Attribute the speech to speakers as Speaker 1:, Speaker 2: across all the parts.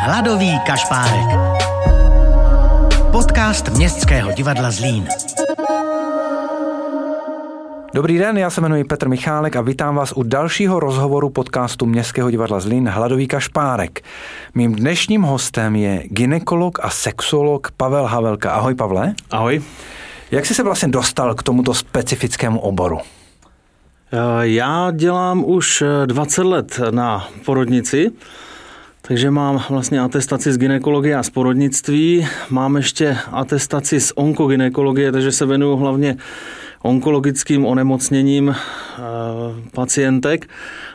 Speaker 1: Hladový kašpárek. Podcast Městského divadla Zlín.
Speaker 2: Dobrý den, já se jmenuji Petr Michálek a vítám vás u dalšího rozhovoru podcastu Městského divadla Zlín Hladový kašpárek. Mým dnešním hostem je gynekolog a sexuolog Pavel Havelka. Ahoj, Pavle.
Speaker 3: Ahoj.
Speaker 2: Jak jsi se vlastně dostal k tomuto specifickému oboru?
Speaker 3: Já dělám už 20 let na porodnici, takže mám vlastně atestaci z gynekologie a z porodnictví. Mám ještě atestaci z onkogynekologie, takže se věnuju hlavně onkologickým onemocněním pacientek.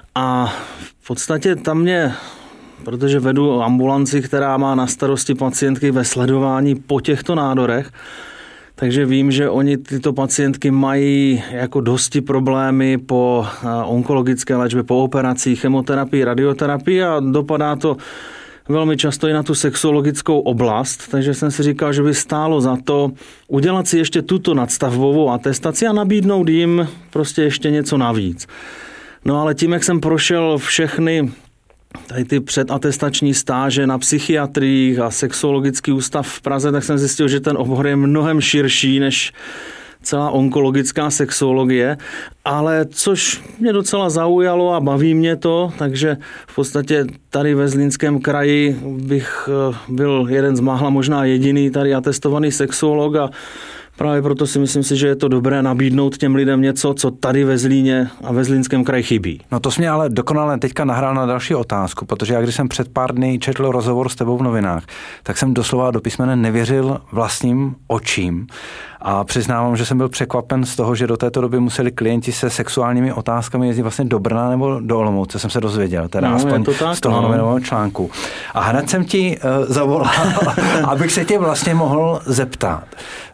Speaker 3: A v podstatě tam mě, protože vedu ambulanci, která má na starosti pacientky ve sledování po těchto nádorech, takže vím, že oni tyto pacientky mají jako dosti problémy po onkologické léčbě, po operacích, chemoterapii, radioterapii a dopadá to velmi často i na tu sexuologickou oblast, takže jsem si říkal, že by stálo za to udělat si ještě tuto nadstavbovou atestaci a nabídnout jim prostě ještě něco navíc. No ale tím, jak jsem prošel všechny tady ty předatestační stáže na psychiatriích a sexuologický ústav v Praze, tak jsem zjistil, že ten obor je mnohem širší než celá onkologická sexuologie, ale což mě docela zaujalo a baví mě to, takže v podstatě tady ve Zlínském kraji bych byl jeden z mála, možná jediný tady atestovaný sexuolog a právě proto si myslím, že je to dobré nabídnout těm lidem něco, co tady ve Zlíně a ve Zlínském kraji chybí.
Speaker 2: No to jsi mě ale dokonale teďka nahrál na další otázku, protože já když jsem před pár dny četl rozhovor s tebou v novinách, tak jsem doslova do písmene nevěřil vlastním očím. A přiznávám, že jsem byl překvapen z toho, že do této doby museli klienti se sexuálními otázkami jezdit vlastně do Brna nebo do Olomouce, jsem se dozvěděl, teda aspoň z toho novinového článku. A hned jsem ti zavolal, abych se tě vlastně mohl zeptat,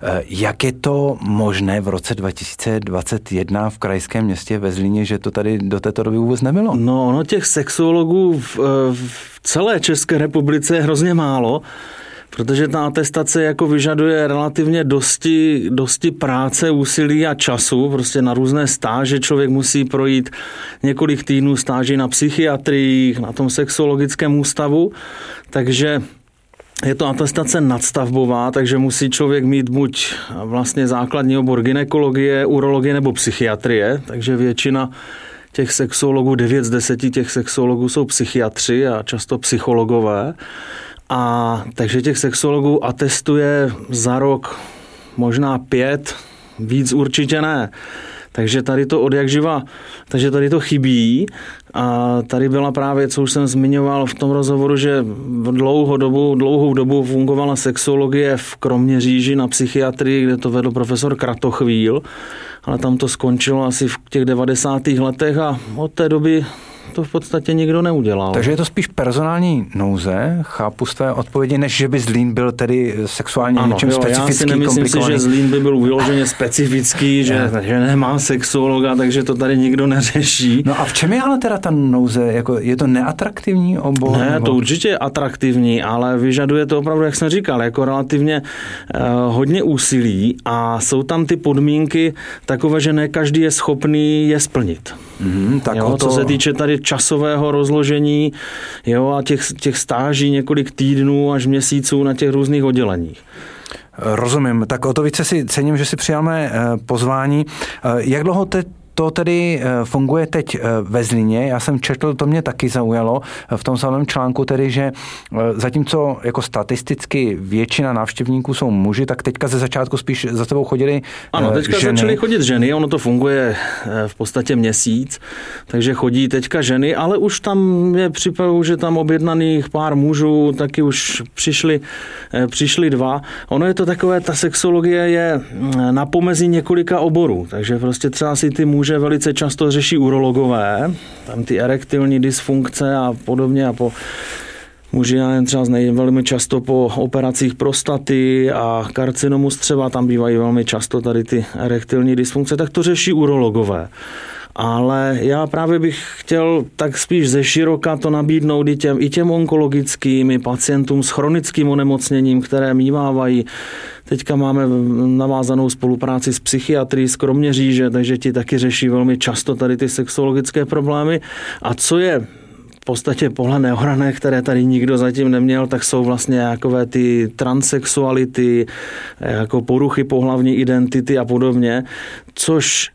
Speaker 2: jak je to možné v roce 2021 v krajském městě ve Zlíně, že to tady do této doby vůbec nebylo?
Speaker 3: No těch sexuologů v celé České republice je hrozně málo, protože ta atestace jako vyžaduje relativně dosti práce, úsilí a času, prostě na různé stáže člověk musí projít několik týdnů stáží na psychiatrii, na tom sexuologickém ústavu, takže je to atestace nadstavbová, takže musí člověk mít buď vlastně základní obor gynekologie, urologie nebo psychiatrie, takže většina těch sexuologů, 9 z 10 těch sexuologů jsou psychiatři a často psychologové. A takže těch sexuologů atestuje za rok možná 5, víc určitě ne. Takže tady to odjakživa, takže tady to chybí a tady byla právě, co už jsem zmiňoval v tom rozhovoru, že dlouhou dobu fungovala sexuologie v Kroměříži na psychiatrii, kde to vedl profesor Kratochvíl, ale tam to skončilo asi v těch 90. letech a od té doby to v podstatě nikdo neudělal.
Speaker 2: Takže je to spíš personální nouze, chápu z tvé odpovědi, než že by Zlín byl tedy sexuálně něčím specifický,
Speaker 3: já si nemyslím si, že Zlín by byl vyloženě specifický, že nemá sexuologa, takže to tady nikdo neřeší.
Speaker 2: No a v čem je ale teda ta nouze? Jako, je to neatraktivní obor?
Speaker 3: Ne, nebo? To určitě je atraktivní, ale vyžaduje to opravdu, jak jsem říkal, jako relativně hodně úsilí a jsou tam ty podmínky takové, že ne každý je schopný je splnit.
Speaker 2: Tak
Speaker 3: co se týče tady časového rozložení, a těch stáží několik týdnů až měsíců na těch různých odděleních.
Speaker 2: Rozumím. Tak o to více si cením, že si přijáme pozvání. Jak dlouho to tedy funguje teď ve Zlíně? Já jsem četl, to mě taky zaujalo v tom samém článku, tedy, že zatímco jako statisticky většina návštěvníků jsou muži, tak teďka ze začátku spíš za tebou chodili
Speaker 3: Ano, teďka
Speaker 2: ženy.
Speaker 3: Začaly chodit ženy, ono to funguje v podstatě měsíc, takže chodí teďka ženy, ale už tam je připravu, že tam objednaných pár mužů, taky už přišli 2. Ono je to takové, ta sexuologie je na pomezí několika oborů, takže prostě třeba si ty muže velice často řeší urologové, tam ty erektilní dysfunkce a podobně a po muži třeba velmi často po operacích prostaty a karcinomu střeva, tam bývají velmi často tady ty erektilní dysfunkce, tak to řeší urologové. Ale já právě bych chtěl tak spíš ze široka to nabídnout i těm onkologickým, i pacientům s chronickým onemocněním, které mívávají. Teďka máme navázanou spolupráci s psychiatrií z Kroměříže, takže ti taky řeší velmi často tady ty sexuologické problémy. A co je podstatě pohled neohrané, které tady nikdo zatím neměl, tak jsou vlastně jakové ty transsexuality, jako poruchy pohlavní identity a podobně, což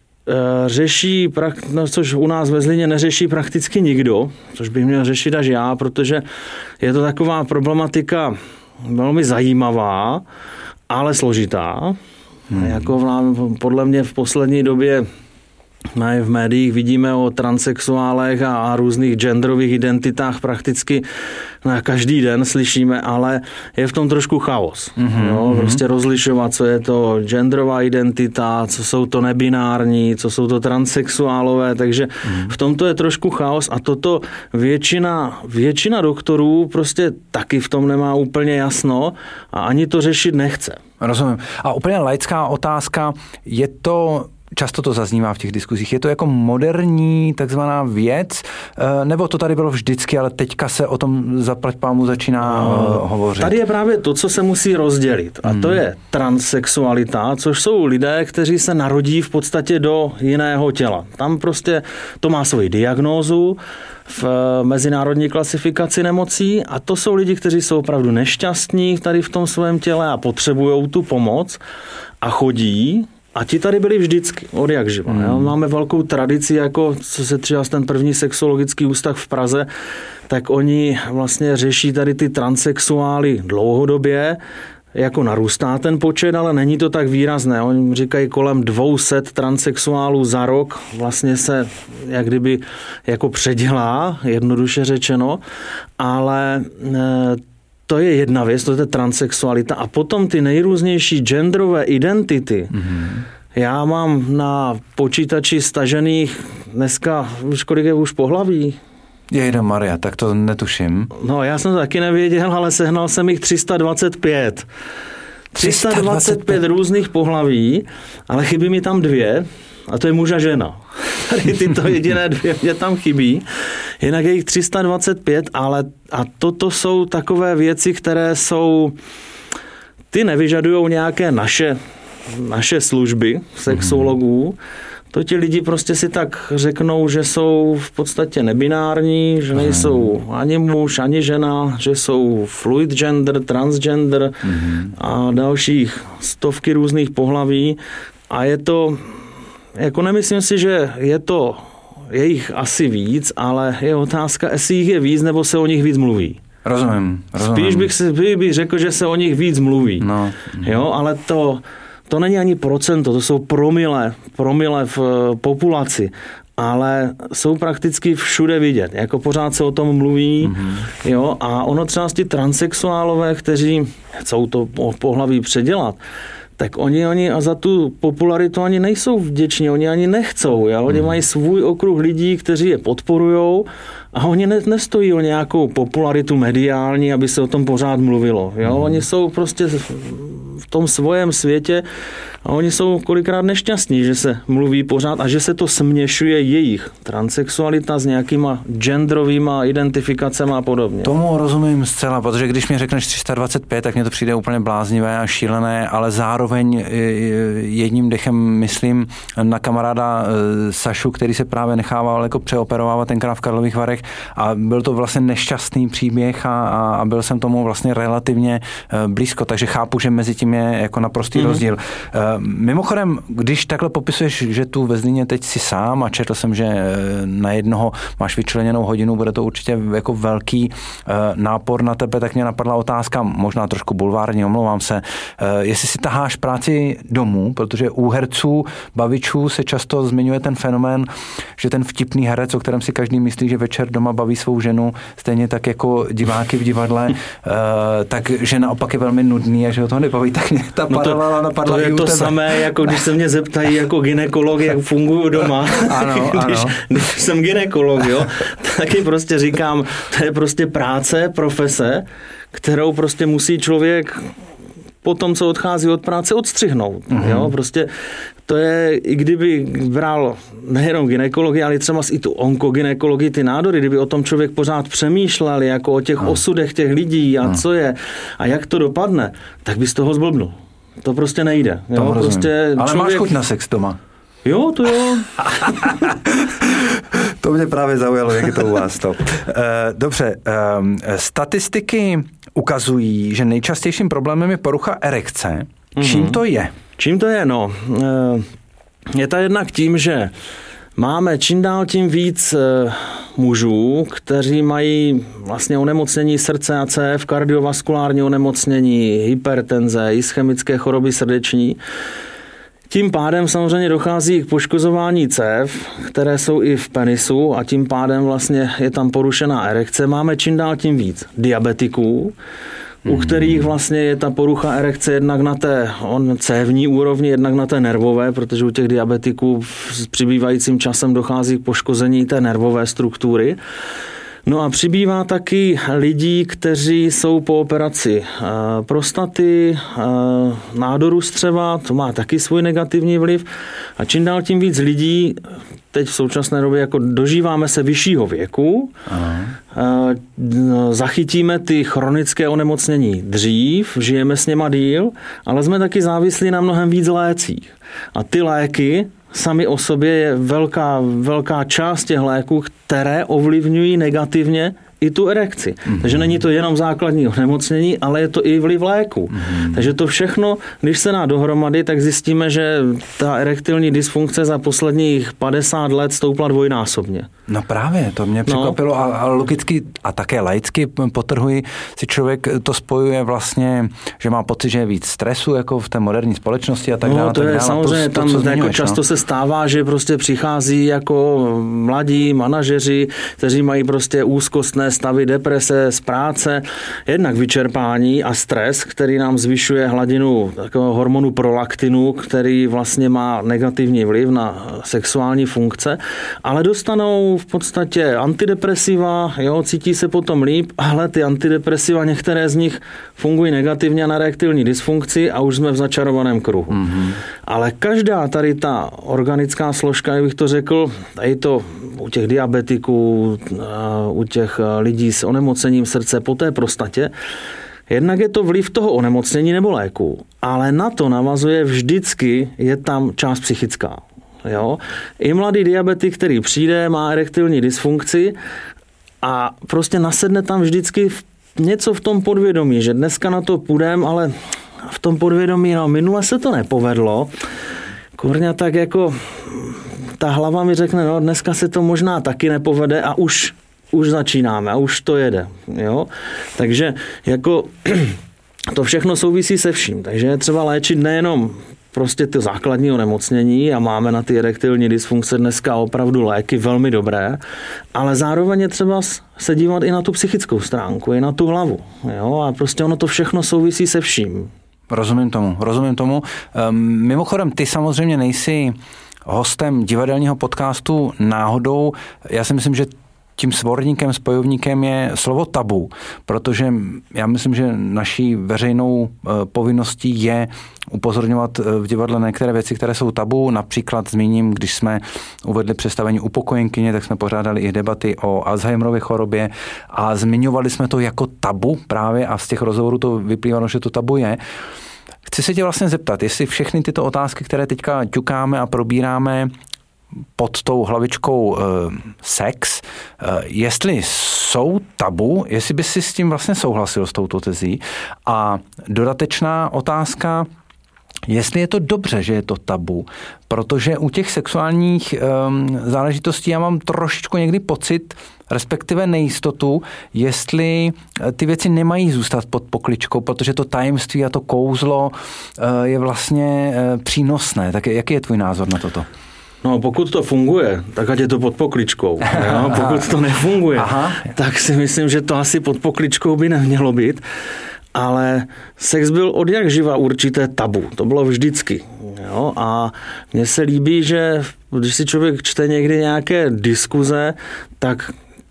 Speaker 3: což u nás ve Zlíně neřeší prakticky nikdo, což bych měl řešit až já, protože je to taková problematika velmi zajímavá, ale složitá. Jako podle mě v poslední době v médiích vidíme o transsexuálech a různých genderových identitách prakticky každý den slyšíme, ale je v tom trošku chaos. Prostě rozlišovat, co je to genderová identita, co jsou to nebinární, co jsou to transsexuálové, takže v tomto je trošku chaos a toto většina doktorů prostě taky v tom nemá úplně jasno a ani to řešit nechce.
Speaker 2: Rozumím. A úplně laická otázka, je to... Často to zaznívá v těch diskuzích. Je to jako moderní takzvaná věc, nebo to tady bylo vždycky, ale teďka se o tom zaplať pámu začíná hovořit? Tady
Speaker 3: je právě to, co se musí rozdělit. A to je transsexualita, což jsou lidé, kteří se narodí v podstatě do jiného těla. Tam prostě to má svoji diagnózu v mezinárodní klasifikaci nemocí a to jsou lidi, kteří jsou opravdu nešťastní tady v tom svém těle a potřebují tu pomoc a chodí. A ti tady byli vždycky, od jak živa. Máme velkou tradici, jako co se třeba ten první sexologický ústav v Praze, tak oni vlastně řeší tady ty transsexuály dlouhodobě, jako narůstá ten počet, ale není to tak výrazné. Oni říkají kolem 200 transsexuálů za rok vlastně se jak kdyby jako předělá, jednoduše řečeno, ale to je jedna věc, to je transsexualita a potom ty nejrůznější genderové identity. Já mám na počítači stažených dneska, kolik je už pohlaví?
Speaker 2: Maria, tak to netuším.
Speaker 3: No, já jsem to taky nevěděl, ale sehnal jsem jich 325. 325 různých pohlaví, ale chybí mi tam 2 a to je muž a žena. Tady tyto jediné 2 mě tam chybí. Jinak je jich 325, ale a toto jsou takové věci, které jsou, ty nevyžadujou nějaké naše služby sexologů. To ti lidi prostě si tak řeknou, že jsou v podstatě nebinární, že nejsou ani muž, ani žena, že jsou fluid gender, transgender a dalších stovky různých pohlaví. A je to, jako nemyslím si, že je jich asi víc, ale je otázka, jestli jich je víc, nebo se o nich víc mluví.
Speaker 2: Rozumím.
Speaker 3: Spíš bych řekl, že se o nich víc mluví.
Speaker 2: No.
Speaker 3: Jo, ale to není ani procento, to jsou promile v populaci, ale jsou prakticky všude vidět, jako pořád se o tom mluví, jo, a ono třeba ty transsexuálové, kteří chcou to pohlaví předělat, tak oni a za tu popularitu ani nejsou vděční, oni ani nechcou, jo? Oni mají svůj okruh lidí, kteří je podporujou a oni nestojí o nějakou popularitu mediální, aby se o tom pořád mluvilo. Jo? Oni jsou prostě v tom svém světě a oni jsou kolikrát nešťastní, že se mluví pořád a že se to směšuje jejich transsexualita s nějakýma genderovýma identifikacemi a podobně.
Speaker 2: Tomu rozumím zcela, protože když mi řekneš 325, tak mně to přijde úplně bláznivé a šílené, ale zároveň jedním dechem myslím na kamaráda Sašu, který se právě nechával jako přeoperovávat tenkrát v Karlových Varech a byl to vlastně nešťastný příběh a byl jsem tomu vlastně relativně blízko, takže chápu, že mezi tím je jako naprostý rozdíl. Mimochodem, když takhle popisuješ, že tu ve Zlíně teď si sám a četl jsem, že na jednoho máš vyčleněnou hodinu, bude to určitě jako velký nápor na tebe, tak mě napadla otázka, možná trošku bulvární, omlouvám se, jestli si taháš práci domů, protože u herců, bavičů se často zmiňuje ten fenomén, že ten vtipný herec, o kterém si každý myslí, že večer doma baví svou ženu, stejně tak jako diváky v divadle, takže naopak je velmi nudný a že ho to nebaví, tak mě ta paralela napadla.
Speaker 3: To je to samé, jako když se mě zeptají jako gynekolog, jak funguju doma.
Speaker 2: Ano.
Speaker 3: Když jsem gynekolog, jo, taky prostě říkám, to je prostě práce, profese, kterou prostě musí člověk po tom, co odchází od práce, odstřihnout. Jo, prostě to je, i kdyby bral nejenom gynekologii, ale třeba i tu onkogynekologii, ty nádory, kdyby o tom člověk pořád přemýšlel, jako o těch osudech těch lidí a co je a jak to dopadne, tak by z toho zblbnul. To prostě nejde. Jo? Prostě
Speaker 2: ale máš chuť na sex doma?
Speaker 3: Jo, to jo.
Speaker 2: To mě právě zaujalo, jak je to u vás to. Dobře, statistiky ukazují, že nejčastějším problémem je porucha erekce. Čím to je?
Speaker 3: Čím to je? No, je to jednak tím, že máme čím dál tím víc mužů, kteří mají vlastně onemocnění srdce a cév, kardiovaskulární onemocnění, hypertenze, ischemické choroby srdeční. Tím pádem samozřejmě dochází k poškozování cév, které jsou i v penisu a tím pádem vlastně je tam porušená erekce. Máme čím dál tím víc diabetiků, u kterých vlastně je ta porucha erekce jednak na té cévní úrovni, jednak na té nervové, protože u těch diabetiků s přibývajícím časem dochází k poškození té nervové struktury. No a přibývá taky lidí, kteří jsou po operaci prostaty, nádoru střeva, to má taky svůj negativní vliv. A čím dál tím víc lidí, teď v současné době jako dožíváme se vyššího věku, zachytíme ty chronické onemocnění dřív, žijeme s něma díl, ale jsme taky závislí na mnohem víc lécích. A ty léky sami o sobě je velká část těch léků, které ovlivňují negativně i tu erekci. Takže není to jenom základní onemocnění, ale je to i vliv léku. Takže to všechno, když se dá dohromady, tak zjistíme, že ta erektilní dysfunkce za posledních 50 let stoupla dvojnásobně.
Speaker 2: No právě, to mě překvapilo a logicky a také laicky podtrhuji, si člověk to spojuje vlastně, že má pocit, že je víc stresu jako v té moderní společnosti a tak dále.
Speaker 3: No to je samozřejmě, tam jako často se stává, že prostě přichází jako mladí manažeři, kteří mají prostě úzkostné stavy, deprese z práce, jednak vyčerpání a stres, který nám zvyšuje hladinu takového hormonu prolaktinu, který vlastně má negativní vliv na sexuální funkce, ale dostanou v podstatě antidepresiva, cítí se potom líp, ale ty antidepresiva, některé z nich fungují negativně na erektilní dysfunkci a už jsme v začarovaném kruhu. Ale každá tady ta organická složka, jak bych to řekl, je to u těch diabetiků, u těch lidí s onemocněním srdce po té prostatě, jednak je to vliv toho onemocnění nebo léku, ale na to navazuje vždycky, je tam část psychická. Jo? I mladý diabetik, který přijde, má erektilní dysfunkci a prostě nasedne tam vždycky něco v tom podvědomí, že dneska na to půjdem, ale v tom podvědomí, minule se to nepovedlo. Kurňa, tak jako ta hlava mi řekne, dneska se to možná taky nepovede a už začínáme a už to jede. Jo? Takže jako to všechno souvisí se vším. Takže je třeba léčit nejenom prostě ty základní onemocnění a máme na ty erektilní dysfunkce dneska opravdu léky velmi dobré, ale zároveň je třeba se dívat i na tu psychickou stránku, i na tu hlavu. Jo? A prostě ono to všechno souvisí se vším.
Speaker 2: Rozumím tomu. Mimochodem, ty samozřejmě nejsi hostem divadelního podcastu náhodou. Já si myslím, že tím svorníkem, spojovníkem je slovo tabu, protože já myslím, že naší veřejnou povinností je upozorňovat v divadle na některé věci, které jsou tabu. Například zmíním, když jsme uvedli představení Upokojenkyně, tak jsme pořádali i debaty o Alzheimerově chorobě a zmiňovali jsme to jako tabu právě a z těch rozhovorů to vyplývalo, že to tabu je. Chci se tě vlastně zeptat, jestli všechny tyto otázky, které teďka ťukáme a probíráme pod tou hlavičkou sex, jestli jsou tabu, jestli bys si s tím vlastně souhlasil s touto tezí. A dodatečná otázka, jestli je to dobře, že je to tabu, protože u těch sexuálních záležitostí já mám trošičku někdy pocit, respektive nejistotu, jestli ty věci nemají zůstat pod pokličkou, protože to tajemství a to kouzlo je vlastně přínosné. Tak jaký je tvůj názor na toto?
Speaker 3: No, pokud to funguje, tak ať je to pod pokličkou. Jo? Pokud to nefunguje, tak si myslím, že to asi pod pokličkou by nemělo být. Ale sex byl od jak živa určité tabu. To bylo vždycky. Jo? A mně se líbí, že když si člověk čte někdy nějaké diskuze, tak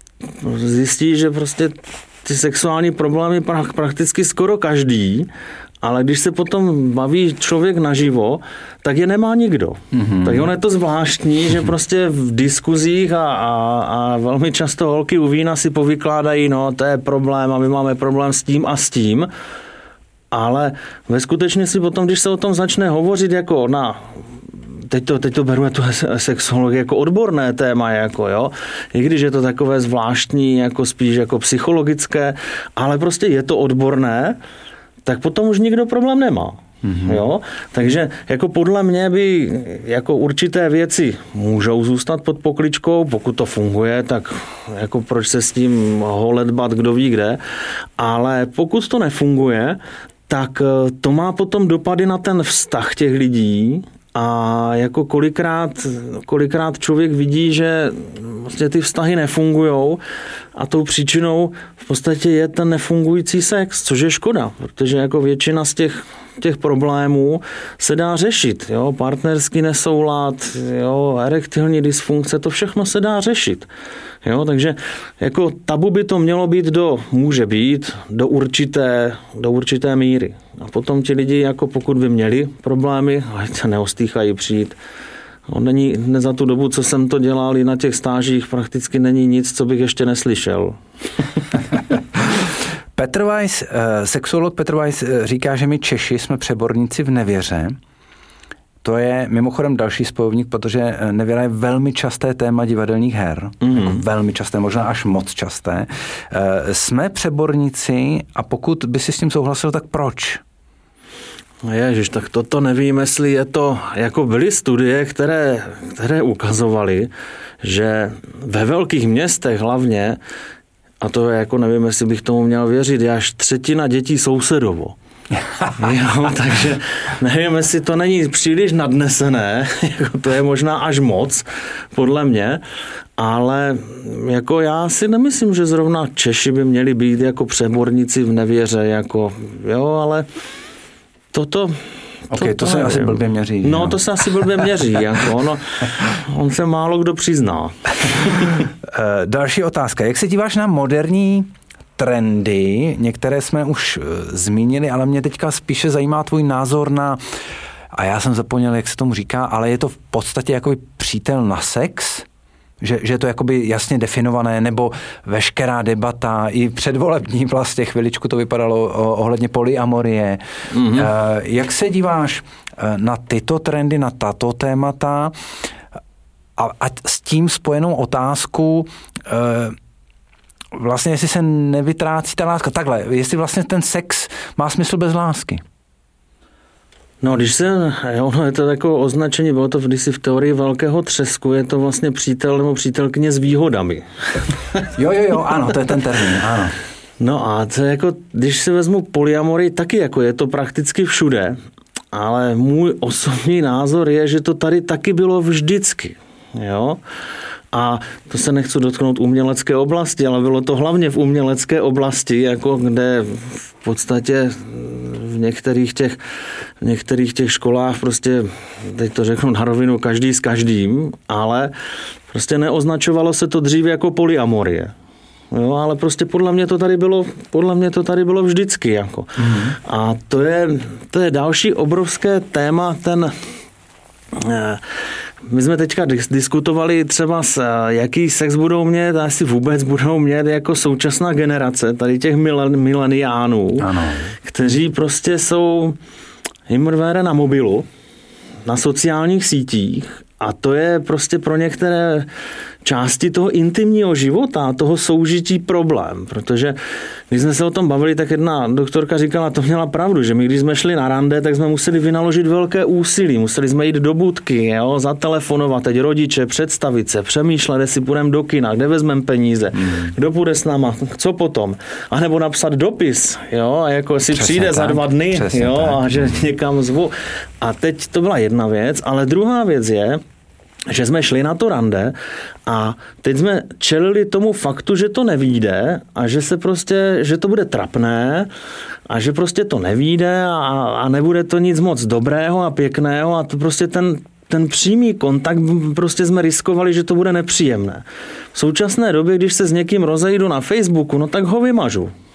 Speaker 3: zjistí, že prostě ty sexuální problémy prakticky skoro každý, ale když se potom baví člověk naživo, tak je nemá nikdo. Tak ono je to zvláštní, že prostě v diskuzích a velmi často holky u vína si povykládají, to je problém a my máme problém s tím, ale ve skutečnosti potom, když se o tom začne hovořit jako na teď to beru tu sexologii jako odborné téma, jako jo, i když je to takové zvláštní, jako spíš jako psychologické, ale prostě je to odborné, tak potom už nikdo problém nemá. Mm-hmm. Jo? Takže jako podle mě by jako určité věci můžou zůstat pod pokličkou, pokud to funguje, tak jako proč se s tím holedbat, kdo ví kde, ale pokud to nefunguje, tak to má potom dopady na ten vztah těch lidí a jako kolikrát člověk vidí, že vlastně ty vztahy nefungujou a tou příčinou v podstatě je ten nefungující sex, což je škoda, protože jako většina z těch problémů se dá řešit. Jo? Partnerský nesoulad, jo? Erektilní dysfunkce, to všechno se dá řešit. Jo? Takže jako tabu by to mělo být může být do určité míry. A potom ti lidi, jako pokud by měli problémy, ať se neostýchají přijít. Za tu dobu, co jsem to dělal i na těch stážích, prakticky není nic, co bych ještě neslyšel.
Speaker 2: Petr Weiss, sexuolog Petr Weiss říká, že my Češi jsme přeborníci v nevěře. To je mimochodem další spojovník, protože nevěra je velmi časté téma divadelních her. Jako velmi časté, možná až moc časté. Jsme přeborníci a pokud by si s tím souhlasil, tak proč?
Speaker 3: Ježiš, tak toto nevím, jestli je to, jako byly studie, které ukazovaly, že ve velkých městech hlavně, a to je jako nevím, jestli bych tomu měl věřit, je až 1/3 dětí sousedovo. Jo, takže nevím, jestli to není příliš nadnesené, jako to je možná až moc, podle mě, ale jako já si nemyslím, že zrovna Češi by měli být jako přeborníci v nevěře, jako, jo, ale to
Speaker 2: se asi blbě měří.
Speaker 3: No, to se asi blbě měří. Jako on se málo kdo přizná.
Speaker 2: Další otázka. Jak se díváš na moderní trendy? Některé jsme už zmínili, ale mě teďka spíše zajímá tvůj názor na, a já jsem zapomněl, jak se tomu říká, ale je to v podstatě jako přítel na sex? Že je to jakoby jasně definované, nebo veškerá debata, i předvolební vlastně chviličku to vypadalo ohledně polyamorie. Mm-hmm. Jak se díváš na tyto trendy, na tato témata a s tím spojenou otázku, vlastně jestli se nevytrácí ta láska. Takhle, jestli vlastně ten sex má smysl bez lásky.
Speaker 3: No, ono je to takové označení, bylo to kdysi v teorii velkého třesku, je to vlastně přítel nebo přítelkyně s výhodami.
Speaker 2: Jo, ano, to je ten termín, ano.
Speaker 3: No a to je jako, když si vezmu polyamorii, taky jako je to prakticky všude, ale můj osobní názor je, že to tady taky bylo vždycky, jo. A to se nechci dotknout umělecké oblasti, ale bylo to hlavně v umělecké oblasti, jako kde v podstatě v některých těch školách prostě, teď to řeknu na rovinu, každý s každým, ale prostě neoznačovalo se to dříve jako polyamorie. Jo, ale prostě podle mě to tady bylo vždycky. Jako. Mm-hmm. A to je další obrovské téma, my jsme teďka diskutovali třeba jaký sex budou mít a jestli vůbec budou mít jako současná generace tady těch mileniánů, kteří prostě jsou imrvére na mobilu, na sociálních sítích a to je prostě pro některé části toho intimního života, toho soužití problém, protože když jsme se o tom bavili, tak jedna doktorka říkala, to měla pravdu, že my když jsme šli na rande, tak jsme museli vynaložit velké úsilí, museli jsme jít do budky, jo, zatelefonovat teď rodiče, představit se, přemýšlet, jestli půjdeme do kina, kde vezmeme peníze, kdo půjde s náma, co potom, a nebo napsat dopis, jo, a jako si přijde tak, za 2 dny, jo, tak. A že někam zvu. A teď to byla jedna věc, ale druhá věc je, že jsme šli na to rande a teď jsme čelili tomu faktu, že to nevyjde a že to bude trapné a že prostě to nevyjde a nebude to nic moc dobrého a pěkného a to prostě ten přímý kontakt prostě jsme riskovali, že to bude nepříjemné. V současné době, když se s někým rozejdu na Facebooku, no tak ho vymažu.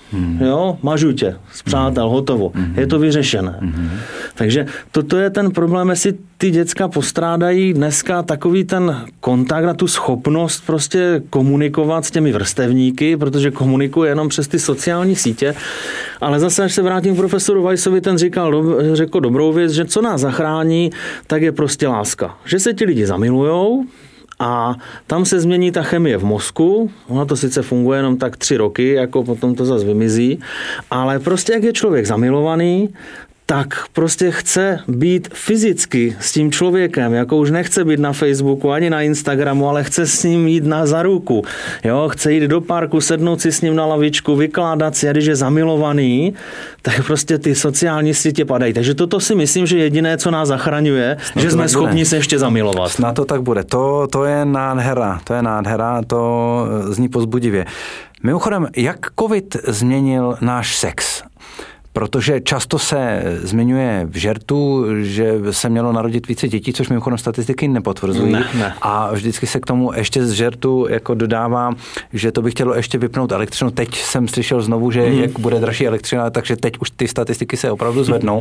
Speaker 3: Jo, mažu tě, spřátel, hotovo. Je to vyřešené. Takže toto je ten problém, jestli ty děcka postrádají dneska takový ten kontakt a tu schopnost prostě komunikovat s těmi vrstevníky, protože komunikuje jenom přes ty sociální sítě. Ale zase, až se vrátím k profesoru Weissovi, ten řekl dobrou věc, že co nás zachrání, tak je prostě láska. Že se ti lidi zamilujou, a tam se změní ta chemie v mozku, ono to sice funguje jenom tak 3 roky, jako potom to zase vymizí, ale prostě jak je člověk zamilovaný, tak prostě chce být fyzicky s tím člověkem, jako už nechce být na Facebooku ani na Instagramu, ale chce s ním jít za ruku. Jo, chce jít do parku, sednout si s ním na lavičku, vykládat si, a když je zamilovaný, tak prostě ty sociální sítě padají. Takže toto si myslím, že jediné, co nás zachraňuje, že jsme schopni se ještě zamilovat.
Speaker 2: Snad to tak bude. To je nádhera, to zní povzbudivě. Mimochodem, jak covid změnil náš sex? Protože často se zmiňuje v žertu, že se mělo narodit více dětí, což mimochodem statistiky nepotvrzují.
Speaker 3: Ne.
Speaker 2: A vždycky se k tomu ještě z žertu jako dodává, že to by chtělo ještě vypnout elektřinu. Teď jsem slyšel znovu, že jak bude dražší elektřina, takže teď už ty statistiky se opravdu zvednou.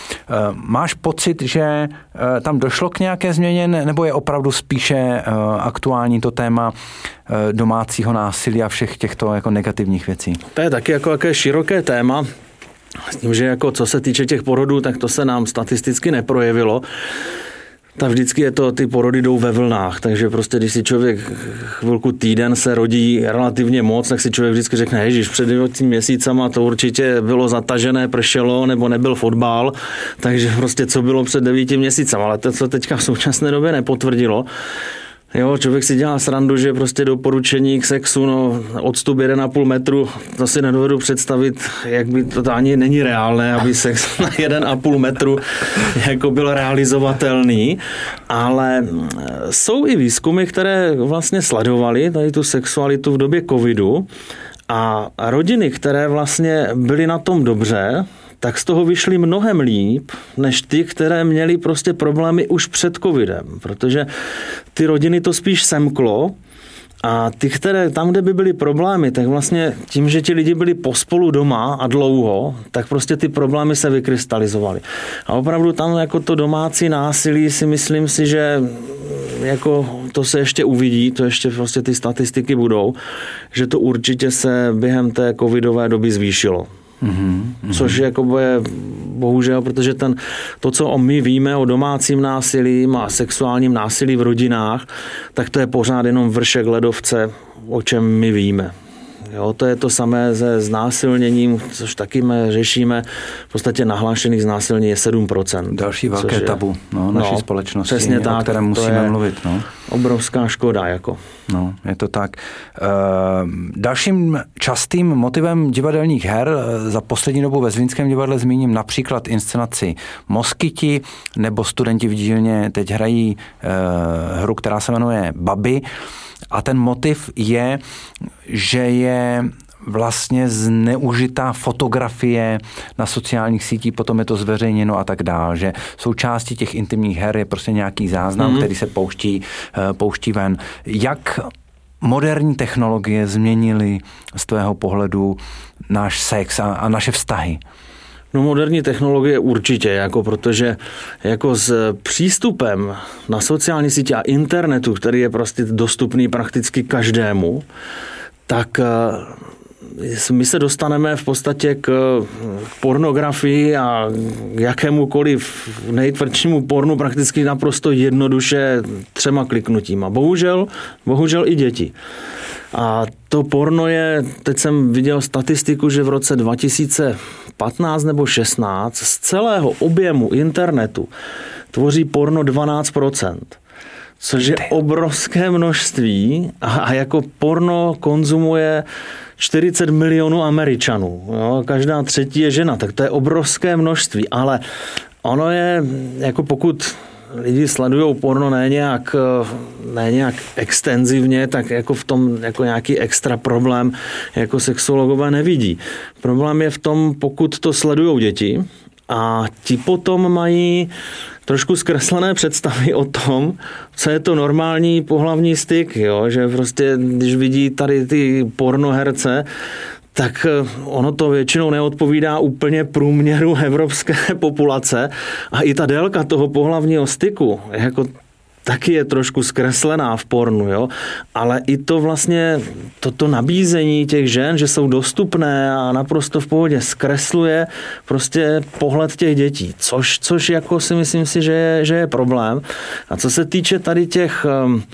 Speaker 2: Máš pocit, že tam došlo k nějaké změně, nebo je opravdu spíše aktuální to téma domácího násilí a všech těchto jako negativních věcí?
Speaker 3: To je taky jako jaké široké téma. S tím, že jako co se týče těch porodů, tak to se nám statisticky neprojevilo. Tak vždycky je to, ty porody jdou ve vlnách, takže prostě když si člověk chvilku týden se rodí relativně moc, tak si člověk vždycky řekne, ježiš, před 9 měsícama to určitě bylo zatažené, pršelo, nebo nebyl fotbal, takže prostě co bylo před 9 měsícama, ale to, co teďka v současné době nepotvrdilo. Jo, člověk si dělá srandu, že prostě doporučení k sexu, odstup 1,5 metru, to si nedovedu představit, jak by to ani není reálné, aby sex na 1,5 metru jako byl realizovatelný, ale jsou i výzkumy, které vlastně sledovaly tady tu sexualitu v době covidu a rodiny, které vlastně byly na tom dobře, tak z toho vyšly mnohem líp, než ty, které měly prostě problémy už před covidem, protože ty rodiny to spíš semklo a ty, které tam, kde by byly problémy, tak vlastně tím, že ti lidi byli pospolu doma a dlouho, tak prostě ty problémy se vykrystalizovaly. A opravdu tam jako to domácí násilí si myslím si, že jako to se ještě uvidí, to ještě prostě ty statistiky budou, že to určitě se během té covidové doby zvýšilo. Což jako je bohužel, protože to, co my víme o domácím násilí a sexuálním násilí v rodinách, tak to je pořád jenom vršek ledovce, o čem my víme. Jo, to je to samé se znásilněním, což taky my řešíme. V podstatě nahlášených znásilnění je 7%.
Speaker 2: Další velké tabu naší společnosti,
Speaker 3: přesně tak,
Speaker 2: o kterém musíme mluvit.
Speaker 3: Obrovská škoda. Jako.
Speaker 2: No, je to tak. Dalším častým motivem divadelních her za poslední dobu ve Zlínském divadle zmíním například inscenaci Moskyti, nebo studenti v dílně teď hrají hru, která se jmenuje Babi. A ten motiv je, že je vlastně zneužitá fotografie na sociálních sítích, potom je to zveřejněno a tak dál, že součástí těch intimních her je prostě nějaký záznam, který se pouští ven. Jak moderní technologie změnily z tvého pohledu náš sex a naše vztahy?
Speaker 3: No moderní technologie určitě, protože s přístupem na sociální sítě a internetu, který je prostě dostupný prakticky každému, tak my se dostaneme v podstatě k pornografii a k jakémukoliv nejtvrdšímu pornu prakticky naprosto jednoduše 3 kliknutíma. Bohužel i děti. A to porno je, teď jsem viděl statistiku, že v roce 2015 nebo 16 z celého objemu internetu tvoří porno 12%. Což je obrovské množství a jako porno konzumuje 40 milionů Američanů. Jo? Každá 3. je žena, tak to je obrovské množství, ale ono je, jako pokud lidi sledují porno ne nějak extenzivně, tak jako v tom jako nějaký extra problém jako sexuologové nevidí. Problém je v tom, pokud to sledují děti a ti potom mají trošku zkreslené představy o tom, co je to normální pohlavní styk, jo? Že prostě, když vidí tady ty pornoherce, tak ono to většinou neodpovídá úplně průměru evropské populace a i ta délka toho pohlavního styku jako taky je trošku zkreslená v pornu, jo? Ale i to vlastně, toto nabízení těch žen, že jsou dostupné a naprosto v pohodě zkresluje prostě pohled těch dětí, což jako si myslím si, že je problém. A co se týče tady těch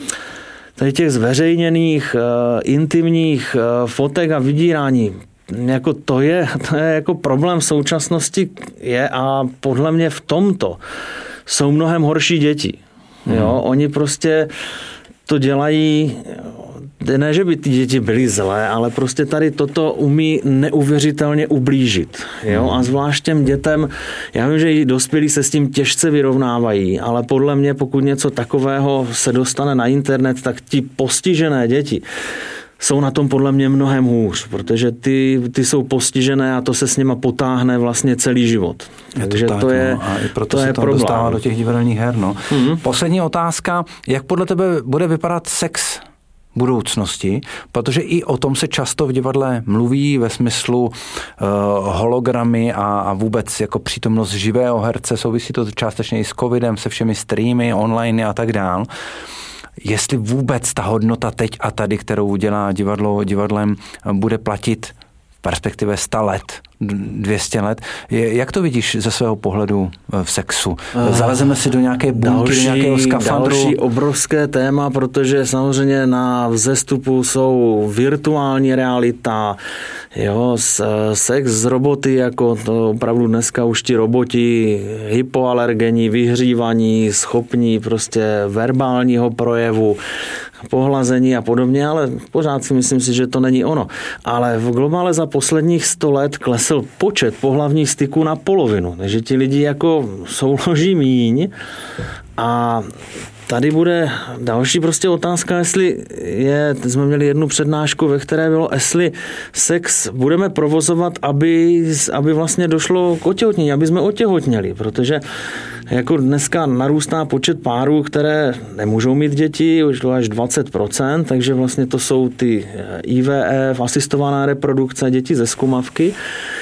Speaker 3: zveřejněných intimních fotek a vydírání, jako to je jako problém současnosti je a podle mě v tomto jsou mnohem horší děti. Jo, oni prostě to dělají, ne, že by ty děti byly zlé, ale prostě tady toto umí neuvěřitelně ublížit. Jo? A zvlášť těm dětem, já vím, že i dospělí se s tím těžce vyrovnávají, ale podle mě, pokud něco takového se dostane na internet, tak ti postižené děti jsou na tom podle mě mnohem hůř, protože ty jsou postižené a to se s nima potáhne vlastně celý život. Takže to je
Speaker 2: a i proto
Speaker 3: to
Speaker 2: se
Speaker 3: je
Speaker 2: to
Speaker 3: problém.
Speaker 2: dostává do těch divadelních her. No. Poslední otázka, jak podle tebe bude vypadat sex budoucnosti, protože i o tom se často v divadle mluví ve smyslu hologramy a vůbec jako přítomnost živého herce, souvisí to částečně i s covidem, se všemi streamy, online a tak dál. Jestli vůbec ta hodnota teď a tady, kterou dělá divadlo divadlem, bude platit v perspektivě 100 let, 200 let. Jak to vidíš ze svého pohledu v sexu? Zalezeme si do nějaké buňky, do nějakého skafandru?
Speaker 3: Další obrovské téma, protože samozřejmě na vzestupu jsou virtuální realita, jo, sex s roboty, jako to opravdu dneska už ti roboti hypoalergenní, vyhřívaní, schopní prostě verbálního projevu, pohlazení a podobně, ale pořád si myslím si, že to není ono. Ale v globále za posledních 100 let klesl počet pohlavních styků na polovinu, takže ti lidi jako souloží míň a tady bude další prostě otázka, jestli jsme měli jednu přednášku, ve které bylo, jestli sex budeme provozovat, aby vlastně došlo k otěhotnění, aby jsme otěhotněli, protože jako dneska narůstá počet párů, které nemůžou mít děti, už to až 20%, takže vlastně to jsou ty IVF, asistovaná reprodukce, děti ze zkumavky,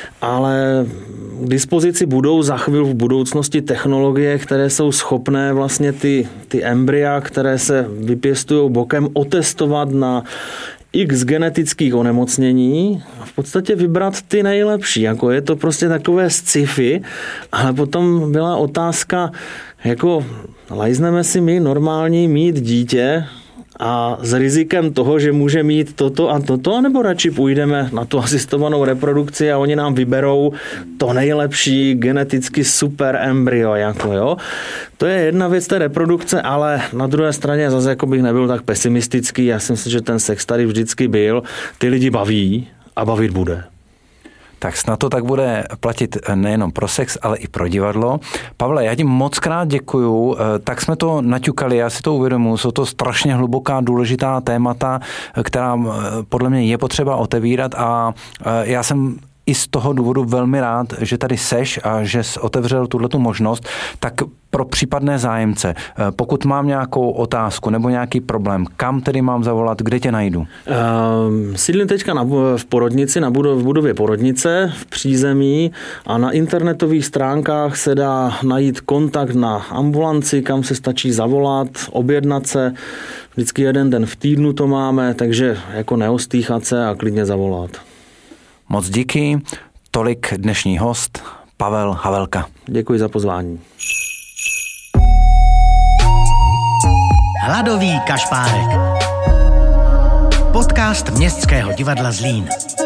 Speaker 3: ale k dispozici budou za chvíli v budoucnosti technologie, které jsou schopné vlastně ty embrya, které se vypěstují bokem, otestovat na x genetických onemocnění a v podstatě vybrat ty nejlepší. Jako je to prostě takové sci-fi, ale potom byla otázka, jako lajzneme si my normální mít dítě a s rizikem toho, že může mít toto a toto, anebo radši půjdeme na tu asistovanou reprodukci a oni nám vyberou to nejlepší geneticky super embryo, jako jo. To je jedna věc té reprodukce, ale na druhé straně zase jako bych nebyl tak pesimistický, já si myslím, že ten sex tady vždycky byl, ty lidi baví a bavit bude.
Speaker 2: Tak snad to tak bude platit nejenom pro sex, ale i pro divadlo. Pavle, já ti moc krát děkuju. Tak jsme to naťukali, já si to uvědomuji. Jsou to strašně hluboká, důležitá témata, která podle mě je potřeba otevírat a já jsem i z toho důvodu velmi rád, že tady seš a že jsi otevřel tuhletu možnost, tak pro případné zájemce, pokud mám nějakou otázku nebo nějaký problém, kam tedy mám zavolat, kde tě najdu?
Speaker 3: Sídlím teďka v Porodnici, v budově Porodnice, v přízemí a na internetových stránkách se dá najít kontakt na ambulanci, kam se stačí zavolat, objednat se. Vždycky jeden den v týdnu to máme, takže jako neostýchat se a klidně zavolat.
Speaker 2: Moc díky, tolik dnešní host Pavel Havelka.
Speaker 3: Děkuji za pozvání.
Speaker 1: Hladový kašpárek. Podcast Městského divadla Zlín.